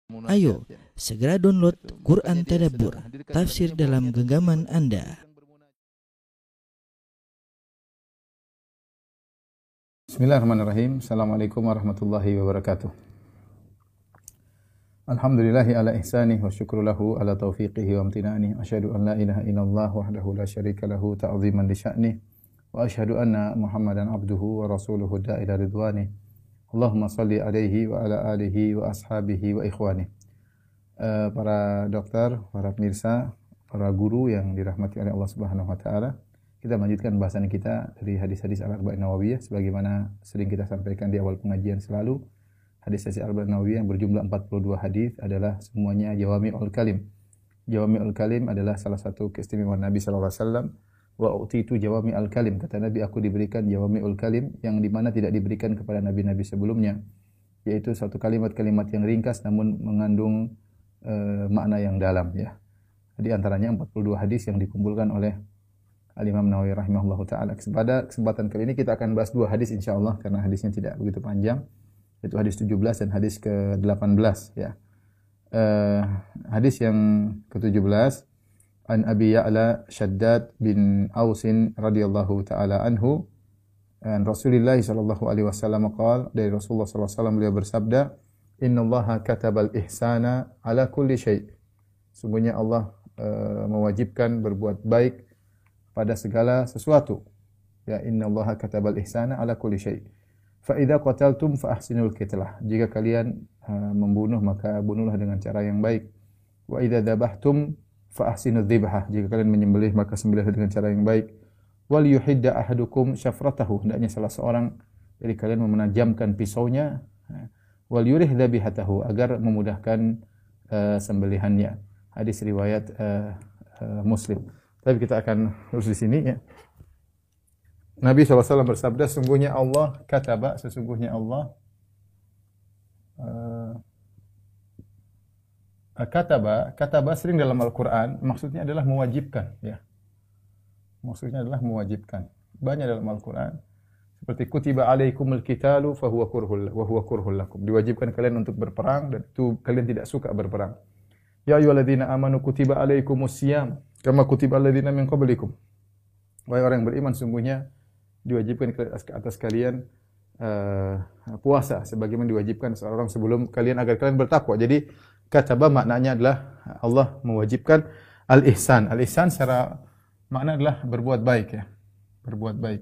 Ayo, segera download Quran Tadabbur, tafsir dalam genggaman Anda. Bismillahirrahmanirrahim. Assalamualaikum warahmatullahi wabarakatuh. Alhamdulillahi ala ihsanih wa syukru lahu ala taufiqihi wa amtinani. Asyhadu an la ilaha illallah wahdahu la syarika lahu ta'ziman li sya'nih. Wa asyhadu anna Muhammadan abduhu wa rasuluhu da'ila ridwanih. Allahumma salli alaihi wa ala alihi wa ashabihi wa ikhwanih. Para dokter, para pemirsa, para guru yang dirahmati oleh Allah Subhanahu wa taala. Kita melanjutkan bahasan kita dari hadis-hadis Al-Arba'in Nawawiyah sebagaimana sering kita sampaikan di awal pengajian selalu. Hadis-hadis Al-Arba'in Nawawiyah yang berjumlah 42 hadis adalah semuanya jawami'ul kalim. Jawami'ul kalim adalah salah satu keistimewaan Nabi sallallahu alaihi wasallam. Wa utitu jawami'ul kalim. Kata Nabi, aku diberikan jawami'ul kalim yang di mana tidak diberikan kepada nabi-nabi sebelumnya, yaitu satu kalimat-kalimat yang ringkas namun mengandung makna yang dalam, ya. Di antaranya 42 hadis yang dikumpulkan oleh Al-Imam Nawawi rahimahullahu taala. Pada kesempatan kali ini kita akan bahas dua hadis insyaallah karena hadisnya tidak begitu panjang, yaitu hadis 17 dan hadis ke-18, ya. Hadis yang ke-17, an Abi Ya'la Shaddad bin Ausin radhiyallahu taala anhu, an Rasulullah sallallahu alaihi wasallam qala, dari Rasulullah sallallahu alaihi wasallam beliau bersabda, innallaha katabal ihsana ala kulli syai'. Sungguhnya Allah mewajibkan berbuat baik pada segala sesuatu. Ya, innallaha katabal ihsana ala kulli syai'. Fa idza qataltum fa ahsinul qitlah. Jika kalian membunuh maka bunuhlah dengan cara yang baik. Wa idza dzabhtum fa ahsinudz dzibhah. Jika kalian menyembelih maka sembelihlah dengan cara yang baik. Wal yuhidda ahadukum syafratahu. Hendaknya salah seorang dari kalian menajamkan pisaunya. Wal yurih dzabihatahu, agar memudahkan sembelihannya. Hadis riwayat Muslim. Tapi kita akan terus di sini, ya. Nabi SAW bersabda, sesungguhnya Allah kataba, sesungguhnya Allah kataba sering dalam Al-Quran maksudnya adalah mewajibkan, ya. Maksudnya adalah mewajibkan. Banyak dalam Al-Quran. Seperti kutiba alaikumul qitalu fahuwa kurhul lakum. Diwajibkan kalian untuk berperang dan itu kalian tidak suka berperang. Ya ayyuhalladzina amanu kutiba alaikumus syiyam kama kutiba alladzina min qablikum. Wahai orang yang beriman, sungguhnya diwajibkan atas kalian puasa sebagaimana diwajibkan seorang sebelum kalian agar kalian bertakwa. Jadi kataba maknanya adalah Allah mewajibkan al-ihsan. Al-ihsan secara makna adalah berbuat baik, ya. Berbuat baik.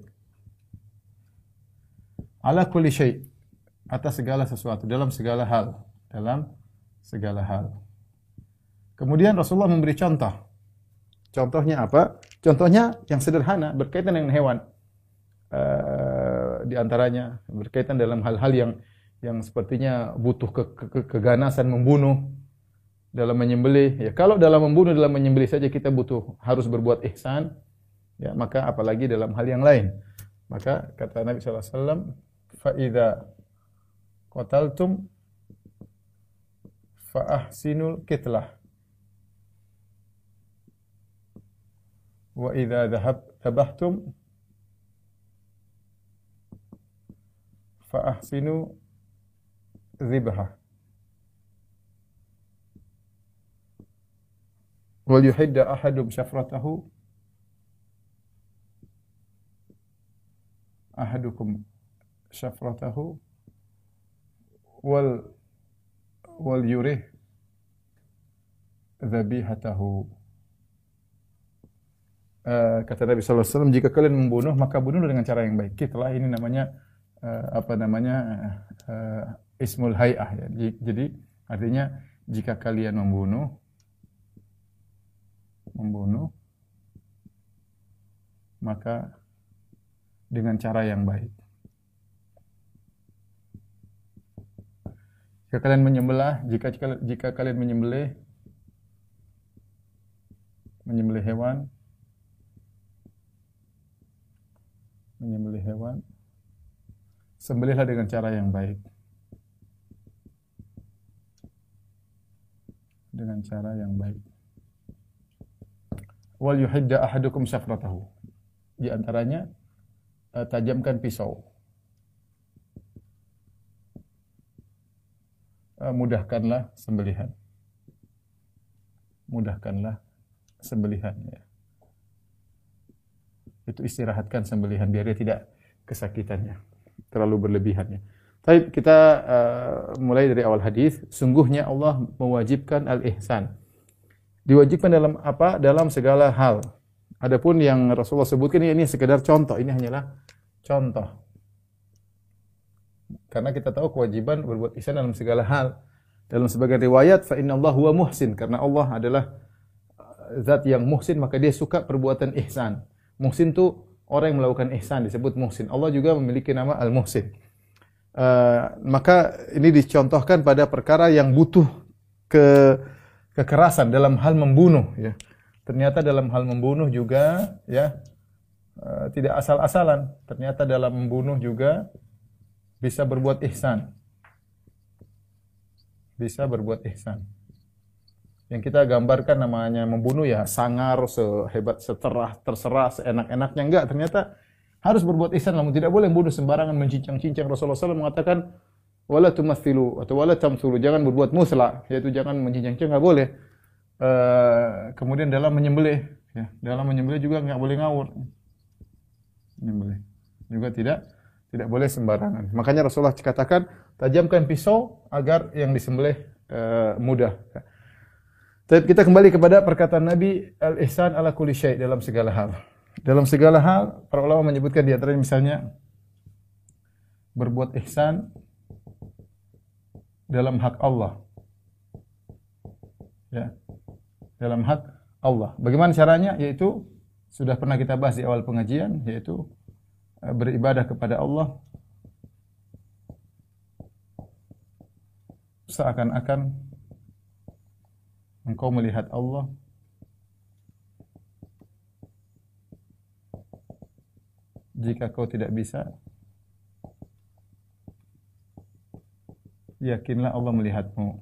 Ala kulli syai', atas segala sesuatu, dalam segala hal, dalam segala hal. Kemudian Rasulullah memberi contoh. Contohnya apa? Contohnya yang sederhana, berkaitan dengan hewan. Di antaranya berkaitan dalam hal-hal yang sepertinya butuh keganasan membunuh dalam menyembelih. Ya, kalau dalam membunuh, dalam menyembelih saja kita harus berbuat ihsan, ya, maka apalagi dalam hal yang lain. Maka kata Nabi sallallahu alaihi wasallam, fa idza qataltum fa ahsinul qitlah wa idza dhabhtum fa ahsinu dzibhah wal yuhidda ahadum syafratahu ahadukum syafratahu wal yurih dzabihatahu. Kata Nabi sallallahu alaihi wasallam, jika kalian membunuh maka bunuhlah dengan cara yang baik. Itulah ini namanya ismul hay'ah, ya. Jadi artinya jika kalian membunuh maka dengan cara yang baik. Jika kalian menyembelih, jika kalian menyembelih hewan, sembelihlah dengan cara yang baik. Dengan cara yang baik. Wal yuhidda ahadukum syafratahu. Di antaranya tajamkan pisau. mudahkanlah sembelihan. Mudahkanlah sembelihan ya. Itu istirahatkan sembelihan biar dia tidak kesakitannya, terlalu berlebihannya. Baik, kita mulai dari awal hadis. Sungguhnya Allah mewajibkan al-ihsan. Diwajibkan dalam apa? Dalam segala hal. Adapun yang Rasulullah sebutkan ini sekedar contoh. Ini hanyalah contoh. Karena kita tahu kewajiban berbuat ihsan dalam segala hal. Dalam sebagian riwayat, fa innallaha huwa muhsin. Karena Allah adalah zat yang muhsin, maka dia suka perbuatan ihsan. Muhsin itu orang yang melakukan ihsan, disebut muhsin. Allah juga memiliki nama al-muhsin. Maka ini dicontohkan pada perkara yang butuh kekerasan dalam hal membunuh. Ya. Ternyata dalam hal membunuh juga, ya, tidak asal-asalan. Ternyata dalam membunuh juga bisa berbuat ihsan. Bisa berbuat ihsan. Yang kita gambarkan namanya membunuh ya sangar, sehebat, terserah, seenak-enaknya. Enggak, ternyata harus berbuat ihsan, namun tidak boleh membunuh sembarangan, mencincang-cincang. Rasulullah SAW mengatakan, wala tumathilu atau wala tamthulu, jangan berbuat musla, yaitu jangan mencincang-cincang, enggak boleh. Kemudian dalam menyembelih, ya, dalam menyembelih juga enggak boleh ngawur. Menyembelih juga tidak boleh sembarangan. Makanya Rasulullah katakan, tajamkan pisau agar yang disembelih mudah. Tapi kita kembali kepada perkataan Nabi, al-ihsan ala kulli syai', dalam segala hal. Dalam segala hal, para ulama menyebutkan di antaranya misalnya berbuat ihsan dalam hak Allah. Ya. Dalam hak Allah. Bagaimana caranya? Yaitu sudah pernah kita bahas di awal pengajian, yaitu beribadah kepada Allah seakan-akan engkau melihat Allah, jika kau tidak bisa, yakinlah Allah melihatmu.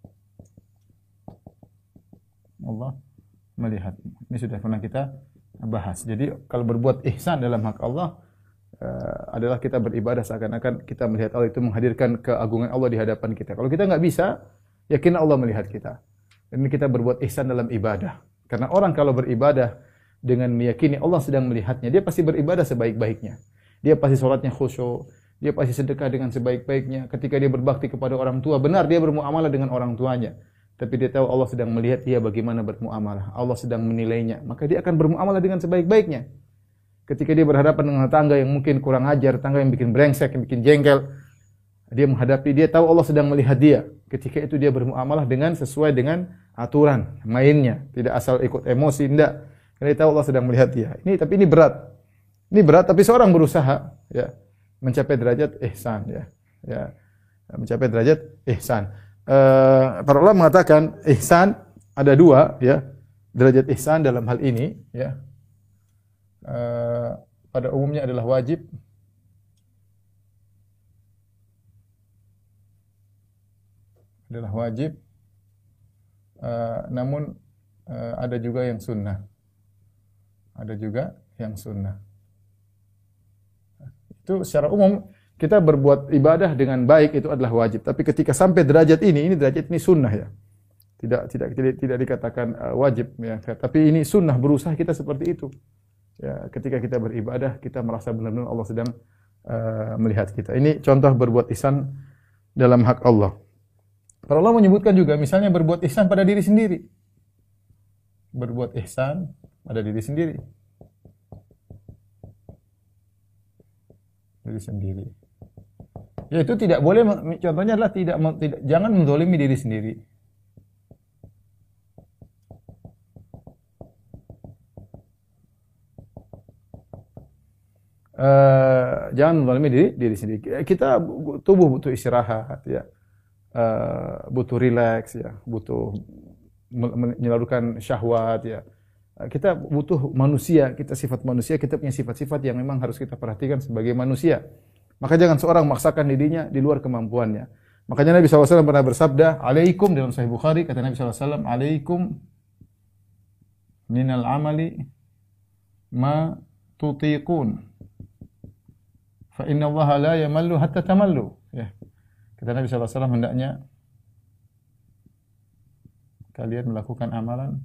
Allah melihatmu. Ini sudah pernah kita bahas. Jadi kalau berbuat ihsan dalam hak Allah adalah kita beribadah seakan-akan kita melihat Allah, itu menghadirkan keagungan Allah di hadapan kita. Kalau kita nggak bisa, yakinlah Allah melihat kita. Ini kita berbuat ihsan dalam ibadah. Karena orang kalau beribadah dengan meyakini Allah sedang melihatnya, dia pasti beribadah sebaik-baiknya. Dia pasti sholatnya khusyuk, dia pasti sedekah dengan sebaik-baiknya. Ketika dia berbakti kepada orang tua, benar dia bermuamalah dengan orang tuanya. Tapi dia tahu Allah sedang melihat dia bagaimana bermuamalah. Allah sedang menilainya. Maka dia akan bermuamalah dengan sebaik-baiknya. Ketika dia berhadapan dengan tangga yang mungkin kurang ajar, tangga yang bikin brengsek, yang bikin jengkel, dia menghadapi, dia tahu Allah sedang melihat dia. Ketika itu dia bermuamalah dengan sesuai dengan aturan mainnya, tidak asal ikut emosi, tidak. Karena dia tahu Allah sedang melihat dia. Tapi ini berat. Ini berat, tapi seorang berusaha ya mencapai derajat ihsan ya. Ya. Mencapai derajat ihsan. Para ulama mengatakan ihsan ada dua ya. Derajat ihsan dalam hal ini ya. Pada umumnya adalah wajib. Adalah wajib. Namun ada juga yang sunnah. Ada juga yang sunnah. Itu secara umum kita berbuat ibadah dengan baik itu adalah wajib. Tapi ketika sampai derajat ini derajat ini sunnah ya. Tidak dikatakan wajib ya. Tapi ini sunnah, berusaha kita seperti itu. Ya, ketika kita beribadah, kita merasa benar-benar Allah sedang melihat kita. Ini contoh berbuat ihsan dalam hak Allah. Para ulama menyebutkan juga, misalnya berbuat ihsan pada diri sendiri. Berbuat ihsan pada diri sendiri. Diri sendiri. Yaitu tidak boleh, contohnya adalah jangan menzalimi diri sendiri. Jangan menzalimi diri sendiri. Kita tubuh butuh istirahat ya. Butuh rileks ya, butuh menyalurkan syahwat ya. Kita butuh manusia, kita sifat manusia, kita punya sifat-sifat yang memang harus kita perhatikan sebagai manusia. Maka jangan seorang memaksakan dirinya di luar kemampuannya. Makanya Nabi SAW pernah bersabda, "Alaikum," dalam Sahih Bukhari, kata Nabi SAW, "Alaikum minal amali ma tutiqun. Fa inna Allah la yamallu hatta tamallu." Ya. Kata Nabi SAW, hendaknya kalian melakukan amalan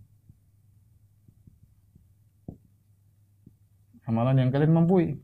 yang kalian mampu.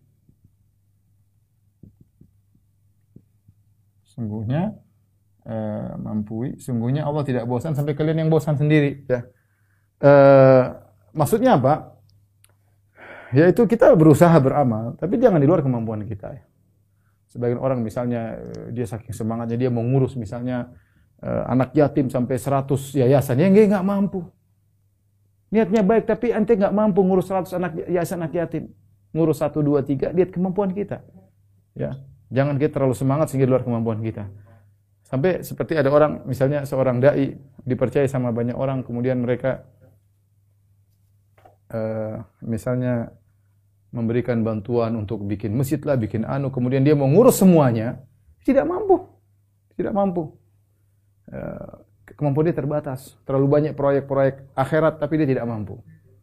Sungguhnya Allah tidak bosan sampai kalian yang bosan sendiri, ya. Maksudnya apa? Yaitu kita berusaha beramal, tapi jangan di luar kemampuan kita, ya. Sebagian orang misalnya dia saking semangatnya dia mau ngurus misalnya anak yatim sampai 100 yayasan, ya enggak mampu. Niatnya baik tapi ente enggak mampu ngurus 100 anak yatim. Ngurus 1 2 3 lihat kemampuan kita. Ya. Jangan kita terlalu semangat sehingga di luar kemampuan kita. Sampai seperti ada orang misalnya seorang dai dipercaya sama banyak orang, kemudian mereka misalnya memberikan bantuan untuk bikin masjid lah, bikin kemudian dia mau ngurus semuanya, tidak mampu. Kemampuan dia terbatas, terlalu banyak proyek-proyek akhirat tapi dia tidak mampu.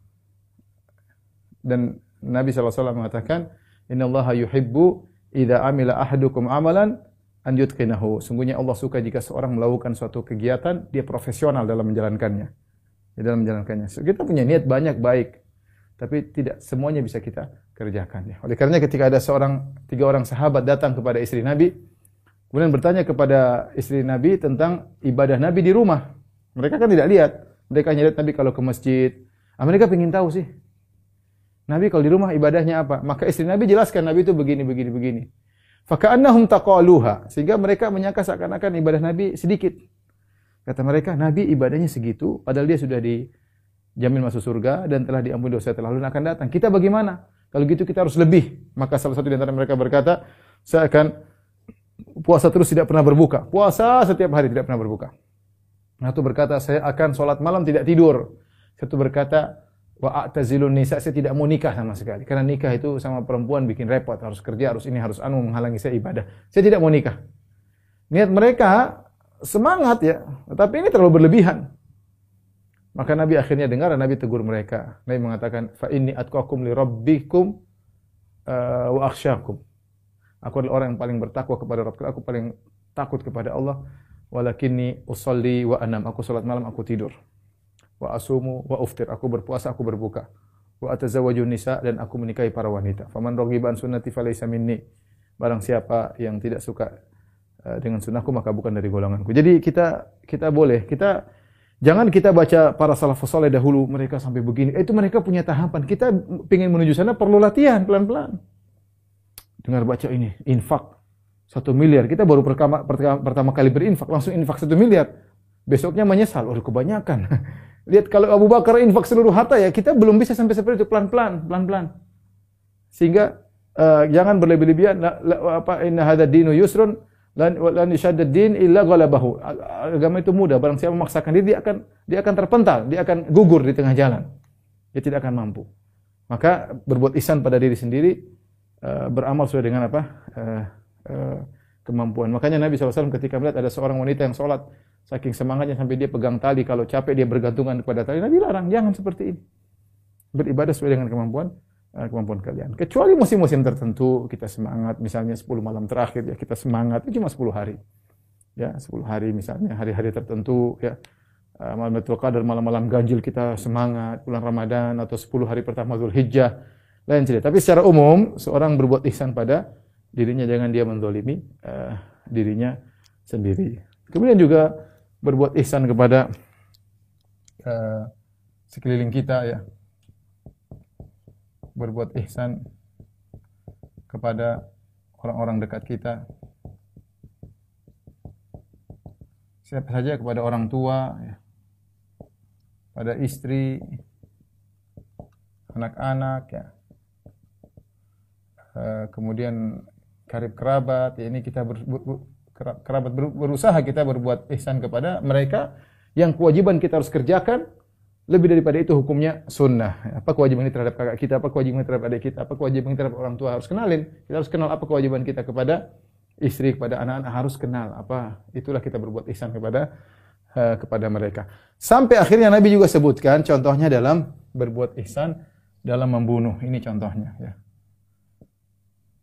Dan Nabi SAW mengatakan, innallaha yuhibbu idza amila ahadukum amalan an yutqinahu. Sungguhnya Allah suka jika seorang melakukan suatu kegiatan dia profesional dalam menjalankannya. Kita punya niat banyak baik, tapi tidak semuanya bisa kita kerjakan, ya. Oleh karena ketika ada 3 orang sahabat datang kepada istri Nabi, kemudian bertanya kepada istri Nabi tentang ibadah Nabi di rumah. Mereka kan tidak lihat. Mereka hanya lihat Nabi kalau ke masjid. Mereka ingin tahu sih, Nabi kalau di rumah ibadahnya apa? Maka istri Nabi jelaskan Nabi itu begini. Faka'annahum taqaluha, sehingga mereka menyangka seakan-akan ibadah Nabi sedikit. Kata mereka, Nabi ibadahnya segitu, padahal dia sudah dijamin masuk surga dan telah diampuni dosa telah lalu akan datang. Kita bagaimana? Kalau gitu kita harus lebih. Maka salah satu di antara mereka berkata, saya akan puasa terus tidak pernah berbuka. Puasa setiap hari tidak pernah berbuka. Satu berkata, saya akan sholat malam tidak tidur. Satu berkata, wa a'tazilun nisa, saya tidak mau nikah sama sekali. Karena nikah itu sama perempuan bikin repot, harus kerja, harus ini, harus menghalangi saya ibadah. Saya tidak mau nikah. Niat mereka semangat, ya, tetapi ini terlalu berlebihan. Maka Nabi akhirnya dengar dan Nabi tegur mereka. Nabi mengatakan, fa inni atqakum li rabbikum wa akhsyakum. Aku adalah orang yang paling bertakwa kepada Rabb, aku paling takut kepada Allah. Walakinni usolli wa anam, aku salat malam, aku tidur. Wa asumu wa uftir, aku berpuasa, aku berbuka. Wa atazawwaju nisa, dan aku menikahi para wanita. Faman raghiba an sunnati falaysa minni. Barang siapa yang tidak suka dengan sunnahku maka bukan dari golonganku. Jadi kita boleh, jangan kita baca para salafus saleh dahulu mereka sampai begini. Itu mereka punya tahapan. Kita ingin menuju sana perlu latihan pelan-pelan. Dengar baca ini, infak 1 miliar. Kita baru pertama kali berinfak, langsung infak 1 miliar. Besoknya menyesal, kebanyakan. Lihat kalau Abu Bakar infak seluruh harta, ya kita belum bisa sampai seperti itu, pelan-pelan. Sehingga jangan berlebih-lebihan. Inna hadza dinu yusrun lan yashaddad din illa ghalabahu. Agama itu mudah, barang siapa memaksakan diri dia akan terpental, dia akan gugur di tengah jalan. Dia tidak akan mampu. Maka berbuat ihsan pada diri sendiri, beramal sesuai dengan kemampuan. Makanya Nabi SAW ketika melihat ada seorang wanita yang sholat, saking semangatnya sampai dia pegang tali, kalau capek dia bergantungan kepada tali, Nabi larang, jangan seperti ini. Beribadah sesuai dengan kemampuan kalian. Kecuali musim-musim tertentu kita semangat, misalnya 10 malam terakhir ya kita semangat, itu cuma 10 hari. Ya, 10 hari misalnya, hari-hari tertentu ya. Malam Lailatul Qadar, malam-malam ganjil kita semangat, bulan Ramadan atau 10 hari pertama Dzulhijjah. Lain cerita. Tapi secara umum seorang berbuat ihsan pada dirinya, jangan dia menzalimi dirinya sendiri. Kemudian juga berbuat ihsan kepada sekeliling kita, ya. Berbuat ihsan kepada orang-orang dekat kita. Siapa saja, kepada orang tua, ya. Pada istri, anak-anak, ya. Kemudian karib kerabat, ya, ini kita kerabat berusaha kita berbuat ihsan kepada mereka yang kewajiban kita harus kerjakan, lebih daripada itu hukumnya sunnah. Apa kewajiban kita terhadap kakak kita, apa kewajiban kita terhadap adik kita, apa kewajiban kita terhadap orang tua, harus kenalin. Kita harus kenal apa kewajiban kita kepada istri, kepada anak-anak, harus kenal apa. Itulah kita berbuat ihsan kepada mereka. Sampai akhirnya Nabi juga sebutkan contohnya dalam berbuat ihsan dalam membunuh. Ini contohnya, ya.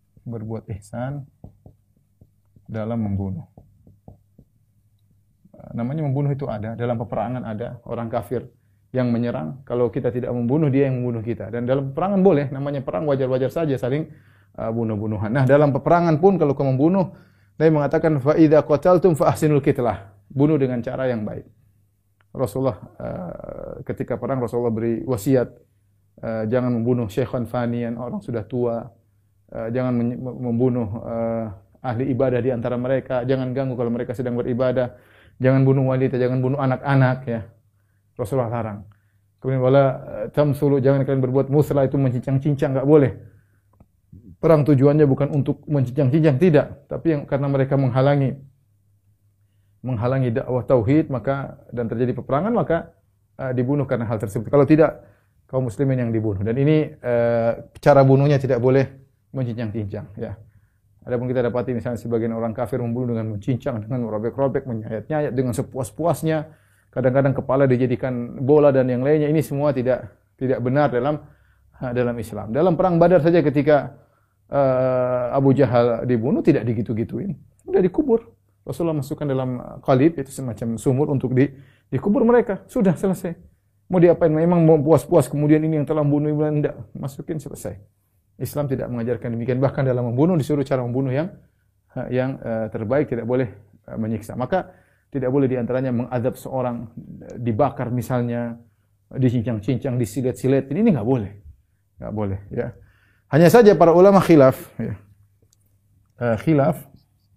Berbuat ihsan dalam membunuh. namanya membunuh itu ada, dalam peperangan ada orang kafir yang menyerang, kalau kita tidak membunuh dia yang membunuh kita. Dan dalam peperangan boleh, namanya perang wajar-wajar saja saling bunuh-bunuhan. Nah, dalam peperangan pun kalau kau membunuh, Nabi mengatakan fa idza qataltum fa ahsinul qitlah. Bunuh dengan cara yang baik. Rasulullah ketika perang Rasulullah beri wasiat, jangan membunuh syaikhan faniyan, orang sudah tua. Jangan membunuh ahli ibadah di antara mereka, jangan ganggu kalau mereka sedang beribadah. Jangan bunuh wanita, jangan bunuh anak-anak ya. Rasulullah larang. Kemudian wala tamsulu, jangan kalian berbuat muslah, itu mencincang-cincang, enggak boleh. Perang tujuannya bukan untuk mencincang-cincang, tidak, tapi yang karena mereka menghalangi dakwah tauhid, maka dan terjadi peperangan, maka dibunuh karena hal tersebut. Kalau tidak, kaum muslimin yang dibunuh. Dan ini cara bunuhnya tidak boleh mencincang-cincang ya. Adapun kita dapati misalnya sebagian orang kafir membunuh dengan mencincang, dengan merobek-robek, menyayat-nyayat dengan sepuas-puasnya. Kadang-kadang kepala dijadikan bola dan yang lainnya. Ini semua tidak benar dalam Islam. Dalam perang Badar saja ketika Abu Jahal dibunuh tidak digitu-gituin. Sudah dikubur. Rasulullah masukkan dalam qalib, itu semacam sumur untuk dikubur mereka. Sudah selesai. Mau diapain? Memang mau puas-puas kemudian ini yang telah membunuh, tidak. Masukin, selesai. Islam tidak mengajarkan demikian. Bahkan dalam membunuh disuruh cara membunuh yang terbaik, tidak boleh menyiksa. Maka tidak boleh diantaranya mengadab seorang, dibakar misalnya, dicincang-cincang, disilet-silet. Ini nggak boleh ya. Hanya saja para ulama khilaf ya. Khilaf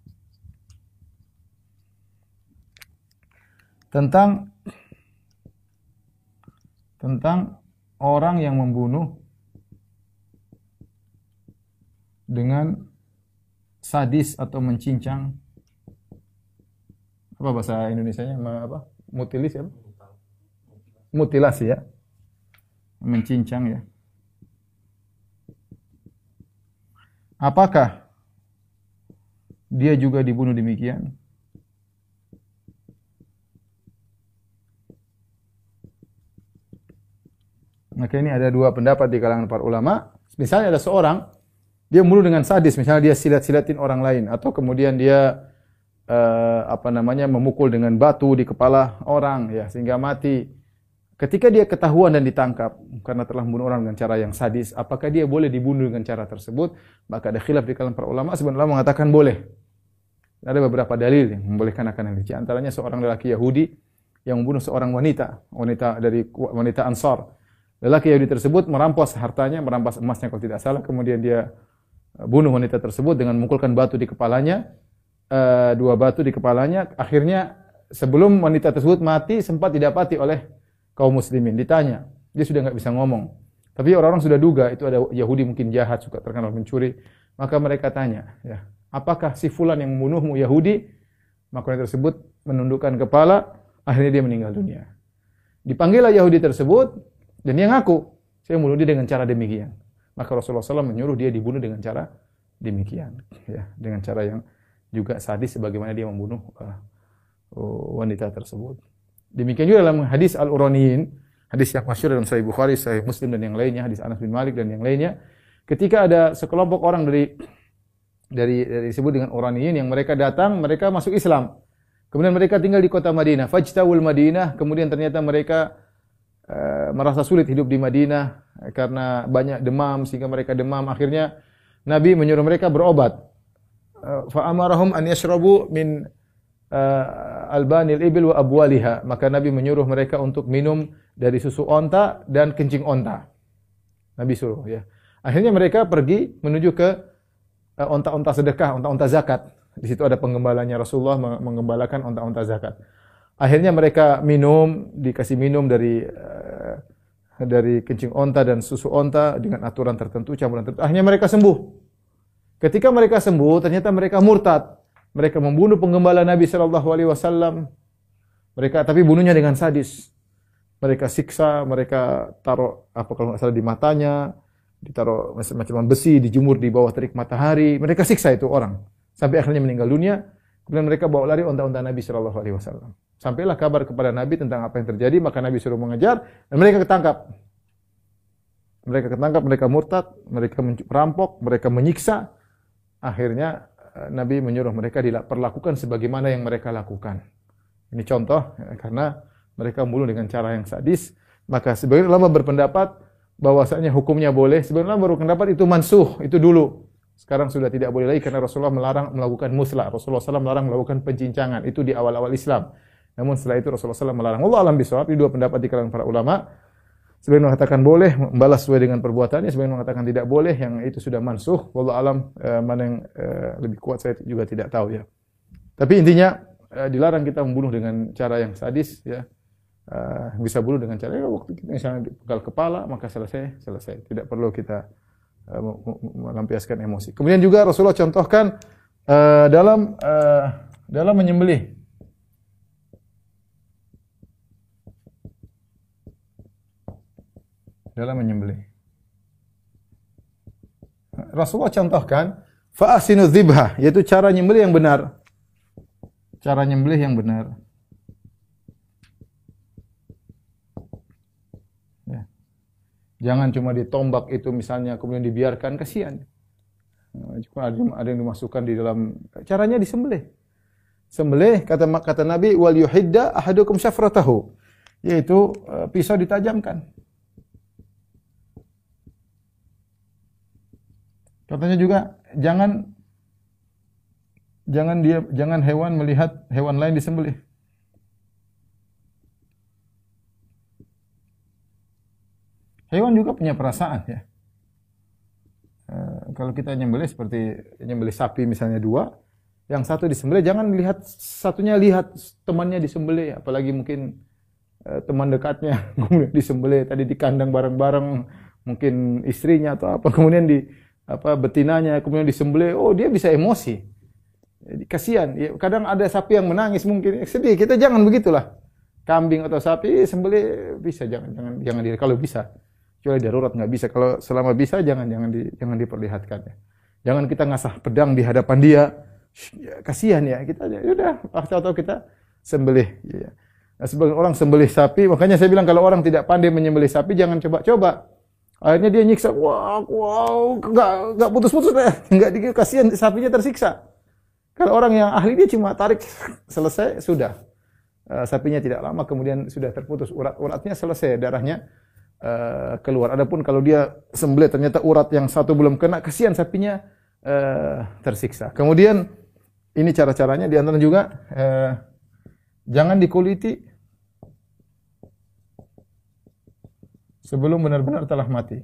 tentang orang yang membunuh dengan sadis atau mencincang. Apa bahasa Indonesianya? Mutilasi apa? Mutilasi ya. Mencincang ya. Apakah dia juga dibunuh demikian? Maka ini ada dua pendapat di kalangan para ulama. Misalnya ada seorang, dia membunuh dengan sadis, misalnya dia silat-silatin orang lain, atau kemudian dia memukul dengan batu di kepala orang ya sehingga mati. Ketika dia ketahuan dan ditangkap karena telah membunuh orang dengan cara yang sadis, apakah dia boleh dibunuh dengan cara tersebut? Maka ada khilaf di kalangan para ulama. Sebenarnya ulama mengatakan boleh. Ada beberapa dalil yang membolehkan akan hal ini. Antaranya seorang lelaki Yahudi yang membunuh seorang wanita dari wanita Ansar. Lelaki Yahudi tersebut merampas hartanya, merampas emasnya kalau tidak salah, kemudian dia bunuh wanita tersebut dengan memukulkan batu di kepalanya, 2 batu di kepalanya. Akhirnya sebelum wanita tersebut mati sempat didapati oleh kaum muslimin. Ditanya, dia sudah enggak bisa ngomong. Tapi orang-orang sudah duga itu ada Yahudi mungkin jahat, suka terkenal mencuri. Maka mereka tanya, ya, apakah si fulan yang membunuhmu Yahudi? Maka wanita tersebut menundukkan kepala, akhirnya dia meninggal dunia. Dipanggillah Yahudi tersebut dan dia ngaku, saya membunuh dia dengan cara demikian. Maka Rasulullah SAW menyuruh dia dibunuh dengan cara demikian, ya, dengan cara yang juga sadis sebagaimana dia membunuh wanita tersebut. Demikian juga dalam hadis Al-Uraniyin, hadis yang masyhur dalam Sahih Bukhari, Sahih Muslim dan yang lainnya, hadis Anas bin Malik dan yang lainnya. Ketika ada sekelompok orang dari disebut dengan Uraniyin yang mereka datang, mereka masuk Islam. Kemudian mereka tinggal di kota Madinah, fajtawul Madinah, kemudian ternyata mereka merasa sulit hidup di Madinah karena banyak demam sehingga mereka demam. Akhirnya Nabi menyuruh mereka berobat. Fa amarahum an yashrabu min albanil ibil wa abwaliha. Maka Nabi menyuruh mereka untuk minum dari susu onta dan kencing onta. Nabi suruh ya. Akhirnya mereka pergi menuju ke onta-onta sedekah, onta-onta zakat. Di situ ada penggembalanya, Rasulullah menggembalakan onta-onta zakat. Akhirnya mereka minum, dikasih minum dari kencing onta dan susu onta dengan aturan tertentu, campuran tertentu. Akhirnya mereka sembuh. Ketika mereka sembuh, ternyata mereka murtad. Mereka membunuh penggembala Nabi sallallahu alaihi wasallam. Mereka tapi bunuhnya dengan sadis. Mereka siksa, mereka taruh kalau enggak salah di matanya, ditaruh macam-macam besi, dijemur di bawah terik matahari. Mereka siksa itu orang sampai akhirnya meninggal dunia. Kemudian mereka bawa lari onta-onta Nabi sallallahu alaihi wasallam. Sampailah kabar kepada Nabi tentang apa yang terjadi, maka Nabi suruh mengejar dan mereka ketangkap. Mereka murtad, mereka merampok, mereka menyiksa. Akhirnya Nabi menyuruh mereka diperlakukan sebagaimana yang mereka lakukan. Ini contoh karena mereka membunuh dengan cara yang sadis. Maka sebagian ulama berpendapat bahwasanya hukumnya boleh. Sebagian ulama berpendapat itu mansuh, itu dulu. Sekarang sudah tidak boleh lagi karena Rasulullah melarang melakukan muslah. Rasulullah SAW melarang melakukan pencincangan. Itu di awal-awal Islam. Namun setelah itu Rasulullah SAW melarang. Wallahu a'lam bishawab. Ini dua pendapat di kalangan para ulama. Sebagian mengatakan boleh membalas sesuai dengan perbuatannya. Sebagian mengatakan tidak boleh. Yang itu sudah mansuh. Wallahu a'lam mana yang lebih kuat saya juga tidak tahu ya. Tapi intinya dilarang kita membunuh dengan cara yang sadis ya. Bisa bunuh dengan cara waktu kita misalnya pegal kepala maka selesai. Tidak perlu kita melampiaskan emosi. Kemudian juga Rasulullah contohkan dalam menyembelih. Rasulullah contohkan fa'asinu dzibha, yaitu cara nyembelih yang benar. Cara nyembelih yang benar. Jangan cuma ditombak itu misalnya kemudian dibiarkan, kasihan. Ada yang dimasukkan di dalam caranya disembelih. Sembelih kata Nabi wal yuhidda ahadukum syafratahu, yaitu pisau ditajamkan. Katanya juga jangan hewan melihat hewan lain disembelih. Hewan juga punya perasaan ya. Kalau kita nyembelih seperti nyembelih sapi misalnya dua, yang satu disembelih jangan lihat satunya lihat temannya disembelih, apalagi mungkin teman dekatnya kemudian disembelih tadi di kandang bareng-bareng, mungkin istrinya atau apa, kemudian betinanya kemudian disembelih, oh dia bisa emosi. Kasihan. Ya, kadang ada sapi yang menangis mungkin sedih. Kita jangan begitulah. Kambing atau sapi sembelih bisa jangan kalau bisa. Kecuali darurat nggak bisa. Kalau selama bisa jangan diperlihatkan ya. Jangan kita ngasah pedang di hadapan dia. Kasihan ya. Kita udah atau kita sembelih ya. Nah, sebagian orang sembelih sapi, makanya saya bilang kalau orang tidak pandai menyembelih sapi jangan coba-coba. Akhirnya dia nyiksa, wow, enggak putus-putus deh. Enggak kasihan sapinya tersiksa. Kalau orang yang ahli dia cuma tarik selesai sudah. Sapinya tidak lama kemudian sudah terputus uratnya selesai, darahnya keluar. Adapun kalau dia sembelih ternyata urat yang satu belum kena, kasihan sapinya tersiksa. Kemudian ini cara-caranya di antara juga jangan dikuliti sebelum benar-benar telah mati.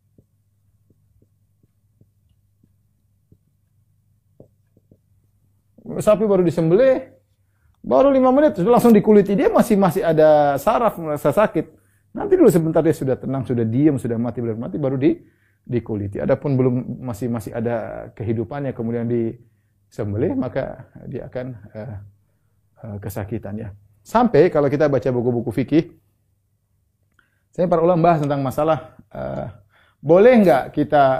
Sapi baru disembelih, baru 5 menit sudah langsung dikuliti, dia masih ada saraf, merasa sakit. Nanti dulu sebentar dia sudah tenang, sudah diam, sudah mati benar mati baru dikuliti. Adapun belum masih ada kehidupannya kemudian disembelih maka dia akan kesakitan ya. Sampai kalau kita baca buku-buku fikih, saya para ulama bahas tentang masalah boleh enggak kita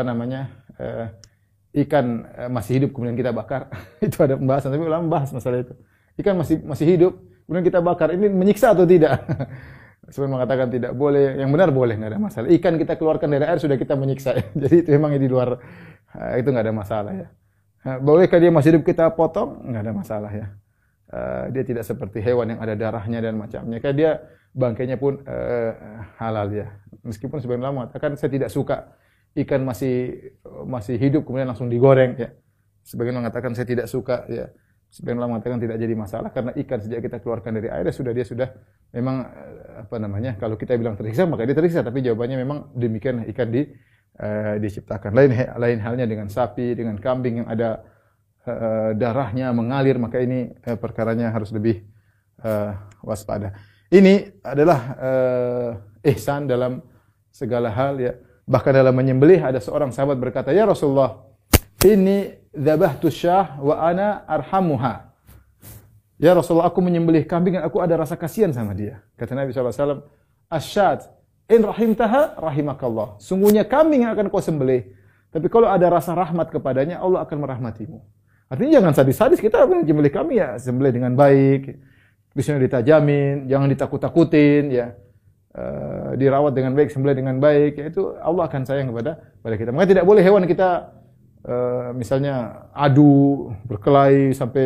ikan masih hidup kemudian kita bakar. Itu ada pembahasan, tapi ulama bahas masalah itu. Ikan masih hidup kemudian kita bakar, ini menyiksa atau tidak? Sebenarnya mengatakan tidak boleh, yang benar boleh, enggak ada masalah. Ikan kita keluarkan dari air sudah kita menyiksa ya. Jadi itu memang di luar itu enggak ada masalah ya. Bolehkah dia masih hidup kita potong? Enggak ada masalah ya. Dia tidak seperti hewan yang ada darahnya dan macamnya. Kayak dia bangkainya pun halal ya. Meskipun sebenarnya mengatakan saya tidak suka ikan masih hidup kemudian langsung digoreng ya. Sebagian mengatakan saya tidak suka ya. Sebagian mengatakan tidak jadi masalah karena ikan sejak kita keluarkan dari air dia sudah memang kalau kita bilang tersiksa maka dia tersiksa, tapi jawabannya memang demikian ikan diciptakan. Lain halnya dengan sapi, dengan kambing yang ada darahnya mengalir, maka ini perkaranya harus lebih waspada. Ini adalah ihsan dalam segala hal ya. Bahkan dalam menyembelih ada seorang sahabat berkata, "Ya Rasulullah, inni dzabahtu syah wa ana arhamuha." Ya Rasulullah, aku menyembelih kambing dan aku ada rasa kasihan sama dia. Kata Nabi SAW, "Asyad, in rahimtaha rahimakallah." Sungguhnya kambing yang akan kau sembelih, tapi kalau ada rasa rahmat kepadanya, Allah akan merahmatimu. Artinya jangan sadis-sadis, kita menyembelih kambing ya sembelih dengan baik. Pisaunya ditajamin, jangan ditakut-takutin ya. Dirawat dengan baik, sembelih dengan baik, yaitu Allah akan sayang kepada kita. Maka tidak boleh hewan kita misalnya adu, berkelahi sampai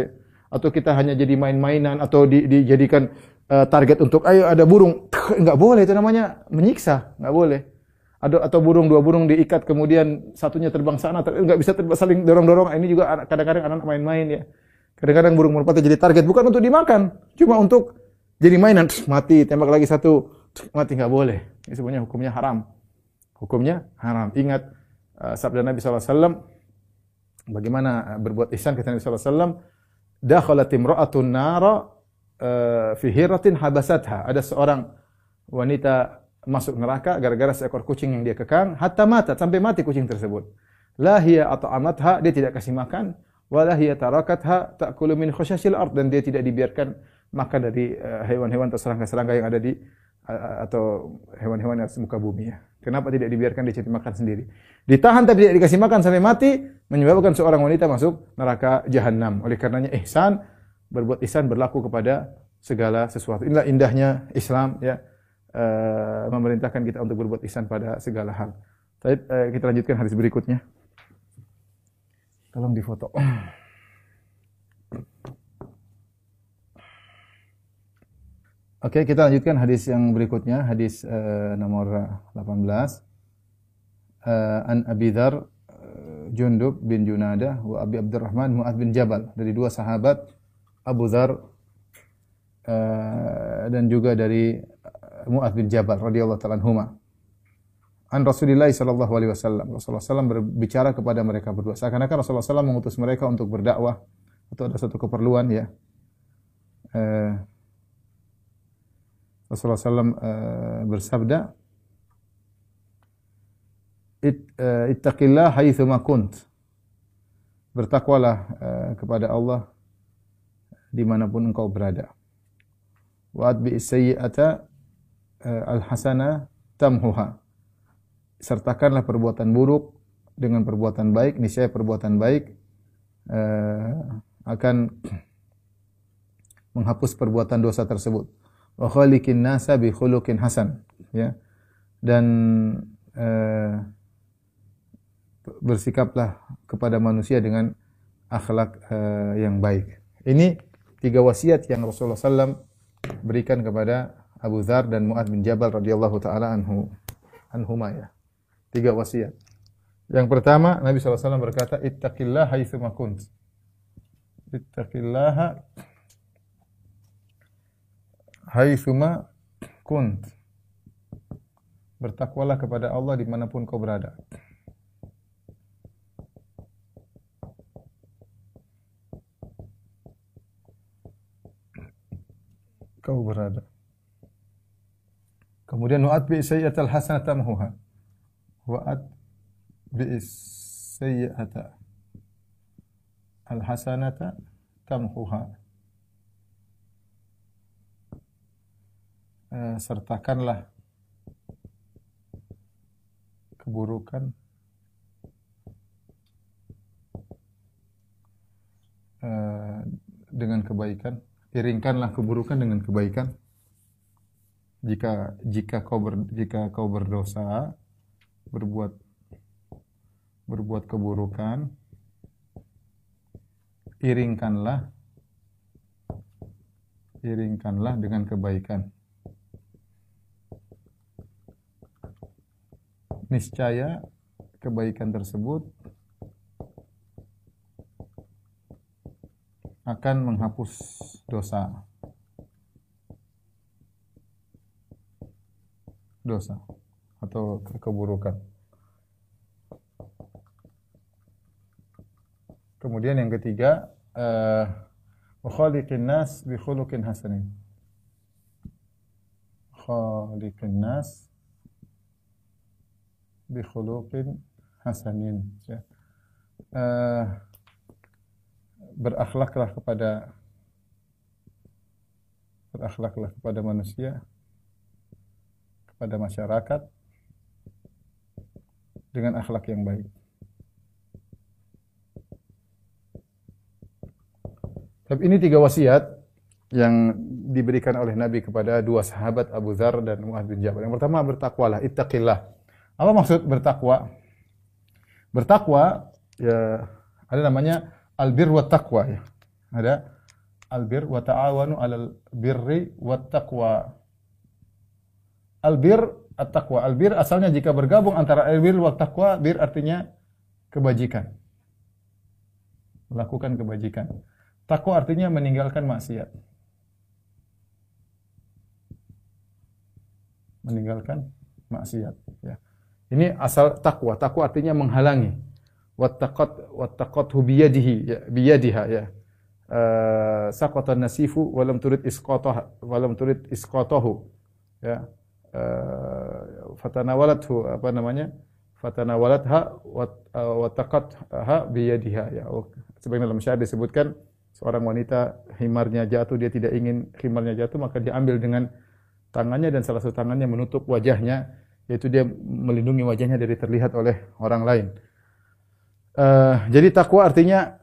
atau kita hanya jadi main-mainan atau dijadikan target untuk ayo ada burung. Enggak boleh, itu namanya menyiksa, enggak boleh. Atau dua burung diikat kemudian satunya terbang sana, enggak bisa saling dorong-dorong. Ini juga kadang-kadang anak main-main ya. Kadang-kadang burung merpati jadi target bukan untuk dimakan, cuma untuk jadi mainan. Mati, tembak lagi satu, mati, enggak boleh. Ini sebenarnya hukumnya haram. Hukumnya haram. Ingat sabda Nabi SAW, bagaimana berbuat ihsan, kata Nabi SAW, dakhalat imra'atun nara fi hiratin habasatha. Ada seorang wanita masuk neraka gara-gara seekor kucing yang dia kekang, hatta mata, sampai mati kucing tersebut. La hiya at'amatha, dia tidak kasih makan, wa la hiya tarakatha ta'kulu min khashashil ard, dan dia tidak dibiarkan makan dari hewan-hewan atau serangga-serangga yang ada di atau hewan-hewan yang muka bumi ya. Kenapa tidak dibiarkan dia cari makan sendiri? Ditahan tapi tidak dikasih makan sampai mati, menyebabkan seorang wanita masuk neraka jahanam. Oleh karenanya ihsan, berbuat ihsan berlaku kepada segala sesuatu. Inilah indahnya Islam ya. Memerintahkan kita untuk berbuat ihsan pada segala hal. Baik, kita lanjutkan hadis berikutnya. Tolong difoto. Oke, kita lanjutkan hadis yang berikutnya, hadis nomor 18. An Abi Dzar Jundub bin Junadah wa Abi Abdurrahman Mu'adz bin Jabal, dari dua sahabat, Abu Dzar dan juga dari Mu'adz bin Jabal radhiyallahu ta'ala anhuma. An Rasulillah sallallahu alaihi wasallam. Rasulullah sallallahu berbicara kepada mereka berdua. Seakan-akan Rasulullah sallallahu mengutus mereka untuk berdakwah atau ada satu keperluan ya. Rasulullah sallallahu bersabda, ittaqillah haitsu ma kunt. Bertakwalah kepada Allah dimanapun engkau berada. Wa atbi'is sayyi'ata al-hasanah tamhuha. Sertakanlah perbuatan buruk dengan perbuatan baik, niscaya perbuatan baik akan menghapus perbuatan dosa tersebut. Wa khaliqin nasa bi khuluqin hasan, ya. Dan bersikaplah kepada manusia dengan akhlak yang baik. Ini 3 wasiat yang Rasulullah SAW berikan kepada Abu Dzar dan Mu'adz bin Jabal radhiyallahu taala anhuma ya. 3 wasiat. Yang pertama, Nabi SAW berkata, ittaqillaha haitsu ma kunt. Ittaqillaha haitsu ma kunt. Bertakwalah kepada Allah dimanapun kau berada. Kau berada. Kemudian wa'at bi sayyi'atal hasanata tamhuha. Wa'at bi sayyi'ata al hasanata tamhuha. Sertakanlah keburukan dengan kebaikan. Iringkanlah keburukan dengan kebaikan. Jika kau berdosa, berbuat keburukan, iringkanlah dengan kebaikan. Niscaya kebaikan tersebut akan menghapus dosa atau keburukan. Kemudian yang ketiga, wa khaliqin nas bi khuluqin hasanin. Khaliqin nas bi khuluqin hasanin. Ya. Berakhlaklah kepada manusia, kepada masyarakat dengan akhlak yang baik. Tapi ini 3 wasiat yang diberikan oleh Nabi kepada 2 sahabat, Abu Dzar dan Mu'adz bin Jabal. Yang pertama, bertakwalah, ittaqillah. Apa maksud bertakwa? Bertakwa ya ada namanya albir wa taqwa ya. Ada Albir wa ta'awanu 'alal birri wat taqwa. Albir at-taqwa. Albir asalnya jika bergabung antara albir wa taqwa, bir artinya kebajikan. Melakukan kebajikan. Taqwa artinya meninggalkan maksiat. Meninggalkan maksiat, ya. Ini asal takwa. Takwa artinya menghalangi. Wattaqathu biyadihi, ya, biyadiha, ya. Saqatan nasifu walam turid isqatahu, ya. Fatanawalathu, apa namanya? Fatanawalatha wattaqatha biyadiha, ya. Sebagaimana dalam syair disebutkan, seorang wanita himarnya jatuh, dia tidak ingin himarnya jatuh, maka dia ambil dengan tangannya dan salah satu tangannya menutup wajahnya, yaitu dia melindungi wajahnya dari terlihat oleh orang lain. Jadi takwa artinya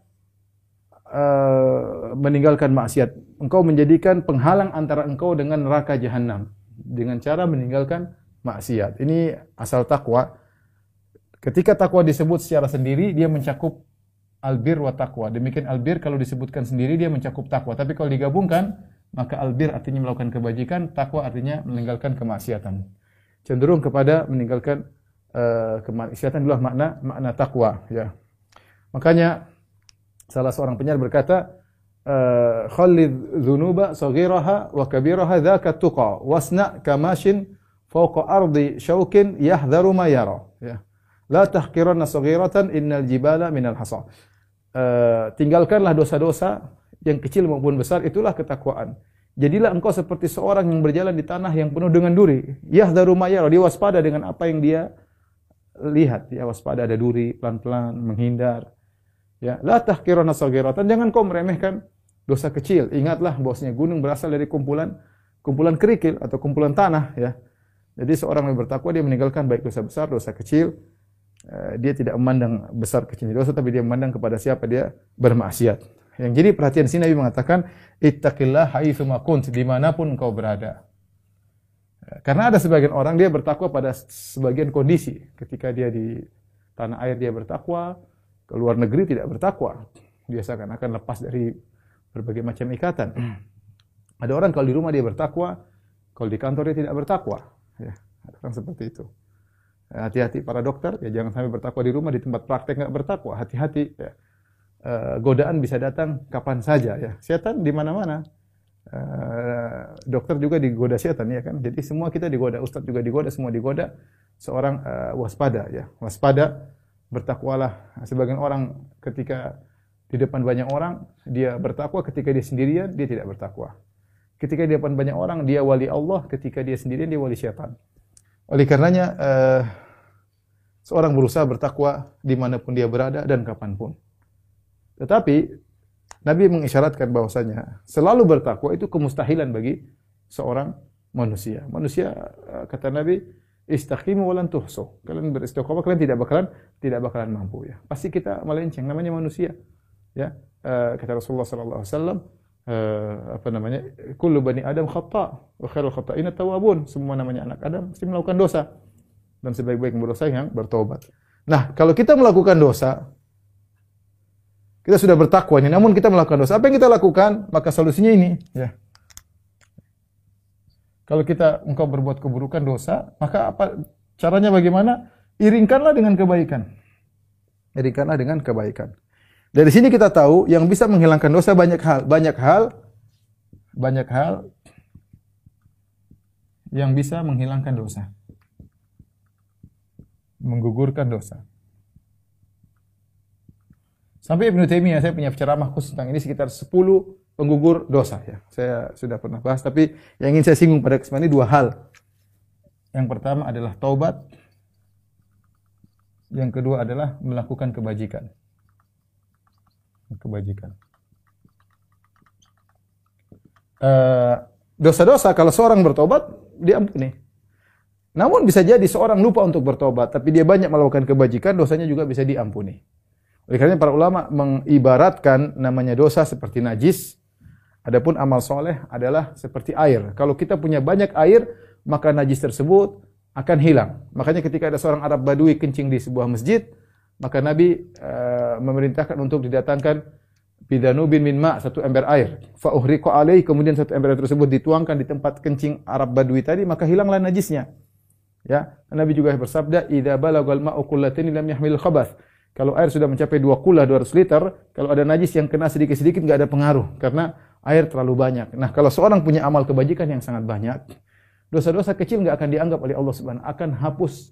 meninggalkan maksiat. Engkau menjadikan penghalang antara engkau dengan neraka jahanam dengan cara meninggalkan maksiat. Ini asal takwa. Ketika takwa disebut secara sendiri, dia mencakup albir wa taqwa. Demikian albir kalau disebutkan sendiri dia mencakup takwa. Tapi kalau digabungkan, maka albir artinya melakukan kebajikan, takwa artinya meninggalkan kemaksiatan. Cenderung kepada meninggalkan kemaksiatan itulah makna takwa, ya. Makanya salah seorang penyair berkata, khallid dzunuba saghiraha wa kabiraha dzaka tuqa wasna kamashin fawqa ardi syaukin yahdharu ma yara, ya. La tahqiranna saghiratan innal jibala minal hasa. Tinggalkanlah dosa-dosa yang kecil maupun besar, itulah ketakwaan. Jadilah engkau seperti seorang yang berjalan di tanah yang penuh dengan duri. Yahdharu ma yara, dia waspada dengan apa yang dia lihat, dia waspada ada duri, pelan-pelan menghindar. Ya, la tahqiranna saghiratan, jangan kau meremehkan dosa kecil. Ingatlah bahwasanya gunung berasal dari kumpulan kerikil atau kumpulan tanah, ya. Jadi seorang yang bertakwa dia meninggalkan baik dosa besar, dosa kecil. Dia tidak memandang besar kecilnya dosa, tapi dia memandang kepada siapa dia bermaksiat. Yang jadi perhatian sini Nabi mengatakan, ittaqillah haitsu ma kunt, dimanapun engkau berada. Karena ada sebagian orang dia bertakwa pada sebagian kondisi. Ketika dia di tanah air dia bertakwa, ke luar negeri tidak bertakwa. Dia seakan-akan lepas dari berbagai macam ikatan. Ada orang kalau di rumah dia bertakwa, kalau di kantor dia tidak bertakwa. Ya, ada orang seperti itu. Hati-hati para dokter, ya jangan sampai bertakwa di rumah, di tempat praktek nggak bertakwa. Hati-hati, ya. Godaan bisa datang kapan saja, ya. Setan di mana-mana. Dokter juga digoda setan, ya kan. Jadi semua kita digoda, ustaz juga digoda, semua digoda. Seorang waspada, ya. Waspada, bertakwalah. Sebagian orang ketika di depan banyak orang dia bertakwa, ketika dia sendirian dia tidak bertakwa. Ketika di depan banyak orang dia wali Allah, ketika dia sendirian dia wali syaitan. Oleh karenanya seorang berusaha bertakwa dimanapun dia berada dan kapanpun. Tetapi Nabi mengisyaratkan bahwasanya selalu bertakwa itu kemustahilan bagi seorang manusia. Manusia, kata Nabi, istaqimu walan tuhsu. Kalian beristiqomah, kalian tidak bakalan mampu, ya. Pasti kita melenceng, namanya manusia, ya. Kata Rasulullah sallallahu alaihi wasallam, apa namanya? Kullu bani Adam khata' wa khairul khata'ina tawwabun. Semua namanya anak Adam mesti melakukan dosa. Dan sebaik-baik berdosa yang bertobat. Nah, kalau kita melakukan dosa, kita sudah bertakwa ini, namun kita melakukan dosa. Apa yang kita lakukan? Maka solusinya ini, ya. Kalau engkau berbuat keburukan dosa, maka apa caranya bagaimana? Iringkanlah dengan kebaikan. Iringkanlah dengan kebaikan. Dari sini kita tahu yang bisa menghilangkan dosa banyak hal yang bisa menghilangkan dosa. Menggugurkan dosa. Sampai Ibnu Taimiyah, saya punya ceramah khusus tentang ini sekitar 10 penggugur dosa, ya. Saya sudah pernah bahas, tapi yang ingin saya singgung pada kesempatan ini 2 hal. Yang pertama adalah taubat. Yang kedua adalah melakukan kebajikan. Dosa-dosa kalau seorang bertobat diampuni. Namun bisa jadi seorang lupa untuk bertobat, tapi dia banyak melakukan kebajikan, dosanya juga bisa diampuni. Oleh karena para ulama mengibaratkan namanya dosa seperti najis, adapun amal soleh adalah seperti air. Kalau kita punya banyak air, maka najis tersebut akan hilang. Makanya ketika ada seorang Arab Badui kencing di sebuah masjid, maka Nabi memerintahkan untuk didatangkan bidanubin min ma, satu ember air. Fa uhriqa alaihi, kemudian satu ember air tersebut dituangkan di tempat kencing Arab Badui tadi, maka hilanglah najisnya. Ya, Nabi juga bersabda, "Idza balagal ma'u qullatayn lam yahmil khabath." Kalau air sudah mencapai 2 kullah 200 liter, kalau ada najis yang kena sedikit-sedikit enggak ada pengaruh karena air terlalu banyak. Nah, kalau seorang punya amal kebajikan yang sangat banyak, dosa-dosa kecil enggak akan dianggap oleh Allah Subhanahu, akan hapus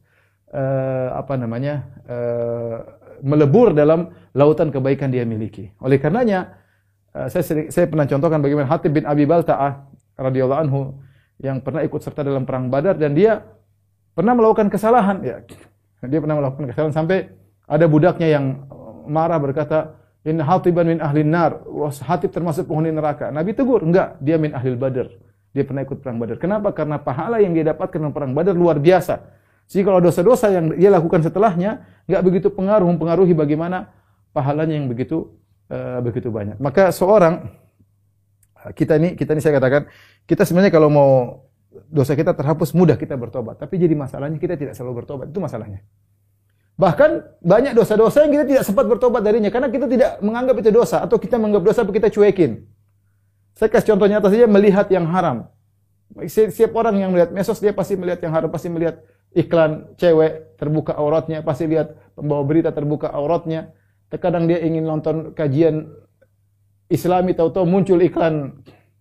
melebur dalam lautan kebaikan dia miliki. Oleh karenanya saya pernah contohkan bagaimana Hatib bin Abi Balta'ah radhiyallahu anhu yang pernah ikut serta dalam perang Badar dan dia pernah melakukan kesalahan, ya. Dia pernah melakukan kesalahan sampai ada budaknya yang marah berkata, "Inna Hatiban min ahlin nar." Hatib termasuk penghuni neraka. Nabi tegur, "Enggak, dia min ahlil Badar." Dia pernah ikut perang Badar. Kenapa? Karena pahala yang dia dapatkan dalam perang Badar luar biasa. Jadi kalau dosa-dosa yang dia lakukan setelahnya enggak begitu mempengaruhi bagaimana pahalanya yang begitu banyak. Maka seorang kita ini saya katakan, kita sebenarnya kalau mau dosa kita terhapus mudah kita bertobat, tapi jadi masalahnya kita tidak selalu bertobat, itu masalahnya. Bahkan banyak dosa-dosa yang kita tidak sempat bertobat darinya karena kita tidak menganggap itu dosa atau kita menganggap dosa tapi kita cuekin. Saya kasih contoh nyata saja, melihat yang haram. Setiap orang yang melihat medsos dia pasti melihat yang haram, pasti melihat iklan cewek terbuka auratnya, pasti lihat pembawa berita terbuka auratnya. Terkadang dia ingin nonton kajian Islami, tahu-tahu muncul iklan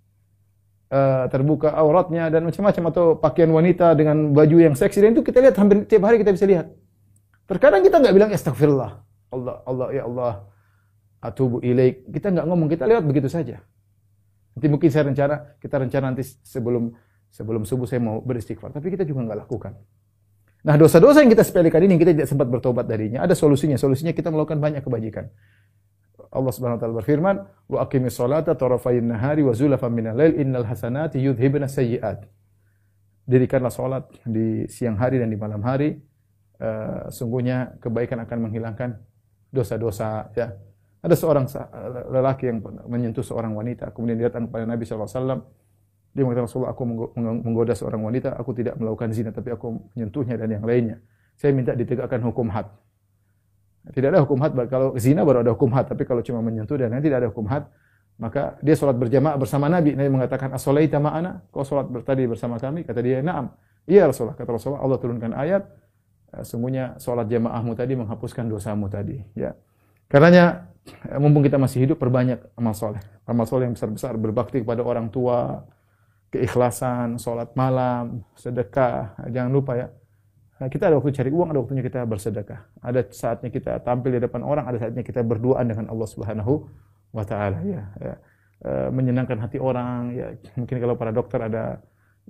terbuka auratnya dan macam-macam, atau pakaian wanita dengan baju yang seksi, dan itu kita lihat hampir tiap hari kita bisa lihat. Terkadang kita enggak bilang astagfirullah, Allah ya Allah, atubu ilaik. Kita enggak ngomong, kita lewat begitu saja. Nanti mungkin kita rencana nanti sebelum subuh saya mau beristighfar, tapi kita juga enggak lakukan. Nah, dosa-dosa yang kita sepelekan ini, yang kita tidak sempat bertobat darinya, ada solusinya. Solusinya kita melakukan banyak kebajikan. Allah Subhanahu wa taala berfirman, "Wa aqimis sholata tarafayn nahari wa zulafan minal lail innal hasanati yudhhibna sayyi'at." Dirikanlah salat di siang hari dan di malam hari. Sungguhnya kebaikan akan menghilangkan dosa-dosa, ya. Ada seorang lelaki yang menyentuh seorang wanita, kemudian dia datang kepada Nabi sallallahu alaihi wasallam. Dia mengatakan, "Rasulullah, aku menggoda seorang wanita, aku tidak melakukan zina, tapi aku menyentuhnya dan yang lainnya. Saya minta ditegakkan hukum had." Tidak ada hukum had, kalau zina baru ada hukum had, tapi kalau cuma menyentuh dan lain tidak ada hukum had. Maka dia salat berjamaah bersama Nabi. Nabi mengatakan, "As-shalaita ma'ana?" Kau salat tadi bersama kami? Kata dia, "Na'am." "Iya Rasulullah." Kata Rasulullah, Allah turunkan ayat, sungguhnya salat jamaahmu tadi menghapuskan dosamu tadi, ya. Karenanya mumpung kita masih hidup, perbanyak amal soleh. Amal soleh yang besar-besar, berbakti kepada orang tua, keikhlasan, salat malam, sedekah. Jangan lupa, ya. Kita ada waktu cari uang, ada waktunya kita bersedekah. Ada saatnya kita tampil di depan orang, ada saatnya kita berduaan dengan Allah Subhanahu wa taala, ya. Menyenangkan hati orang, ya. Mungkin kalau para dokter ada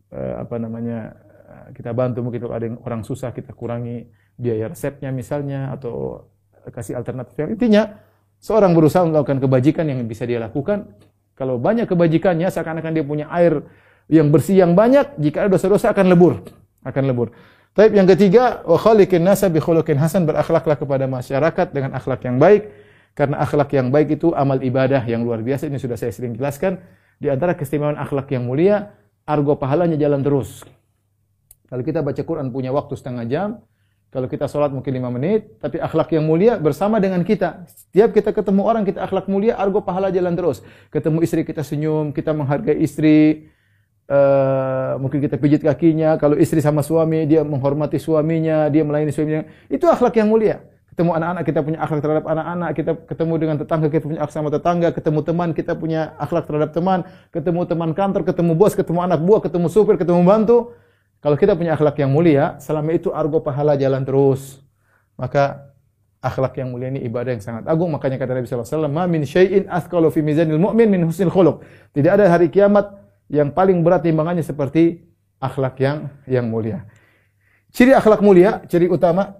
kita bantu, mungkin kalau ada yang orang susah kita kurangi biaya resepnya misalnya, atau kasih alternatif. Yang intinya seorang berusaha melakukan kebajikan yang bisa dia lakukan. Kalau banyak kebajikannya, seakan-akan dia punya air yang bersih yang banyak, jika ada dosa-dosa akan lebur. Taib yang ketiga, wa khaliqin nasa bi khuluqin hasan, berakhlaklah kepada masyarakat dengan akhlak yang baik, karena akhlak yang baik itu amal ibadah yang luar biasa. Ini sudah saya sering jelaskan. Di antara keistimewaan akhlak yang mulia, argo pahalanya jalan terus. Kalau kita baca Quran punya waktu setengah jam, kalau kita sholat mungkin 5 menit, tapi akhlak yang mulia bersama dengan kita. Setiap kita ketemu orang, kita akhlak mulia, argo pahala jalan terus. Ketemu istri kita senyum, kita menghargai istri, mungkin kita pijit kakinya. Kalau istri sama suami, dia menghormati suaminya, dia melayani suaminya. Itu akhlak yang mulia. Ketemu anak-anak, kita punya akhlak terhadap anak-anak. Kita ketemu dengan tetangga, kita punya akhlak sama tetangga. Ketemu teman, kita punya akhlak terhadap teman. Ketemu teman kantor, ketemu bos, ketemu anak buah, ketemu supir, ketemu bantu. Kalau kita punya akhlak yang mulia, selama itu argo pahala jalan terus. Maka akhlak yang mulia ini ibadah yang sangat agung. Makanya kata Nabi sallallahu alaihi wasallam, "Ma min syai'in athqalu fi mizanil mu'min min husnil khuluq." Tidak ada hari kiamat yang paling berat timbangannya seperti akhlak yang mulia. Ciri akhlak mulia, ciri utama,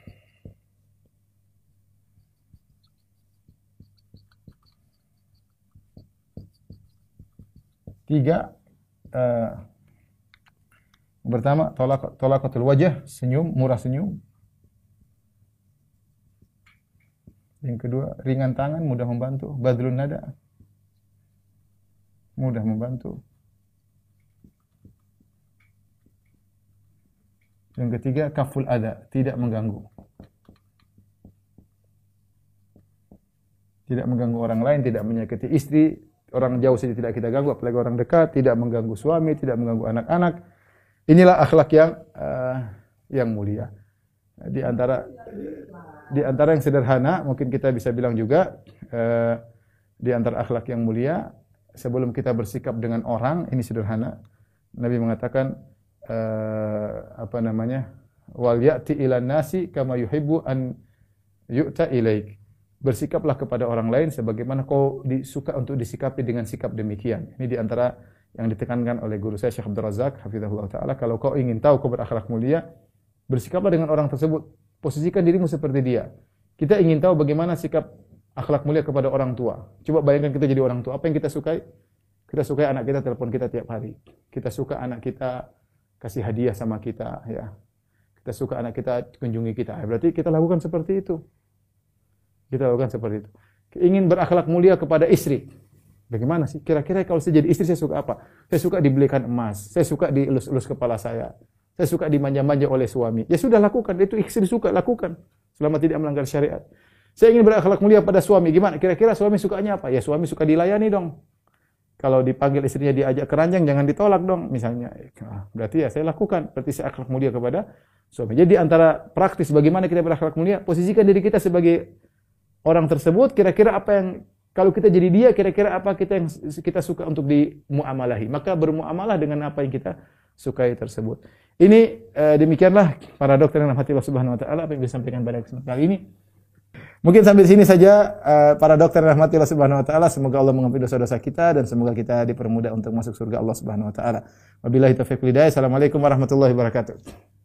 tiga. Pertama, tolakatul wajah, senyum, murah senyum. Yang kedua, ringan tangan, mudah membantu. Badlun nada, mudah membantu. Yang ketiga, kaful ada, tidak mengganggu. tidak mengganggu orang lain, tidak menyakiti istri, orang jauh saja tidak kita ganggu, apalagi orang dekat, tidak mengganggu suami, tidak mengganggu anak-anak. Inilah akhlak yang mulia. Di antara yang sederhana, mungkin kita bisa bilang juga di antara akhlak yang mulia, sebelum kita bersikap dengan orang, ini sederhana. Nabi mengatakan wal ya'ti ilan nasi kama yuhibbu an yu'ta ilaik. Bersikaplah kepada orang lain sebagaimana kau disuka untuk disikapi dengan sikap demikian. Ini di antara yang ditekankan oleh guru saya Syekh Abdul Razak hafizahullah taala, kalau kau ingin tahu kau berakhlak mulia, bersikaplah dengan orang tersebut. Posisikan dirimu seperti dia. Kita ingin tahu bagaimana sikap akhlak mulia kepada orang tua. Coba bayangkan kita jadi orang tua, apa yang kita sukai? Kita sukai anak kita telepon kita tiap hari. Kita suka anak kita kasih hadiah sama kita, ya. Kita suka anak kita kunjungi kita. Berarti kita lakukan seperti itu. Kita lakukan seperti itu. Ingin berakhlak mulia kepada istri. Bagaimana sih? Kira-kira kalau saya jadi istri saya suka apa? Saya suka dibelikan emas. Saya suka dielus-elus kepala saya. Saya suka dimanja-manja oleh suami. Ya sudah lakukan. Itu istri suka, lakukan. Selama tidak melanggar syariat. Saya ingin berakhlak mulia pada suami. Gimana? Kira-kira suami sukanya apa? Ya suami suka dilayani dong. Kalau dipanggil istrinya diajak keranjang, jangan ditolak dong. Misalnya. Berarti ya saya lakukan. Berarti saya akhlak mulia kepada suami. Jadi antara praktis bagaimana kita berakhlak mulia, posisikan diri kita sebagai orang tersebut. Kira-kira apa yang, kalau kita jadi dia, kira-kira apa kita suka untuk dimuamalahi. Maka bermuamalah dengan apa yang kita sukai tersebut. Ini demikianlah para dokter yang rahmati Allah Subhanahu wa taala apa yang bisa disampaikan pada kesempatan kali ini. Mungkin sampai sini saja para dokter yang rahmati Allah Subhanahu wa taala, semoga Allah mengampuni dosa-dosa kita dan semoga kita dipermudah untuk masuk surga Allah Subhanahu wa taala. Wabillahi taufiq wal hidayah. Assalamualaikum warahmatullahi wabarakatuh.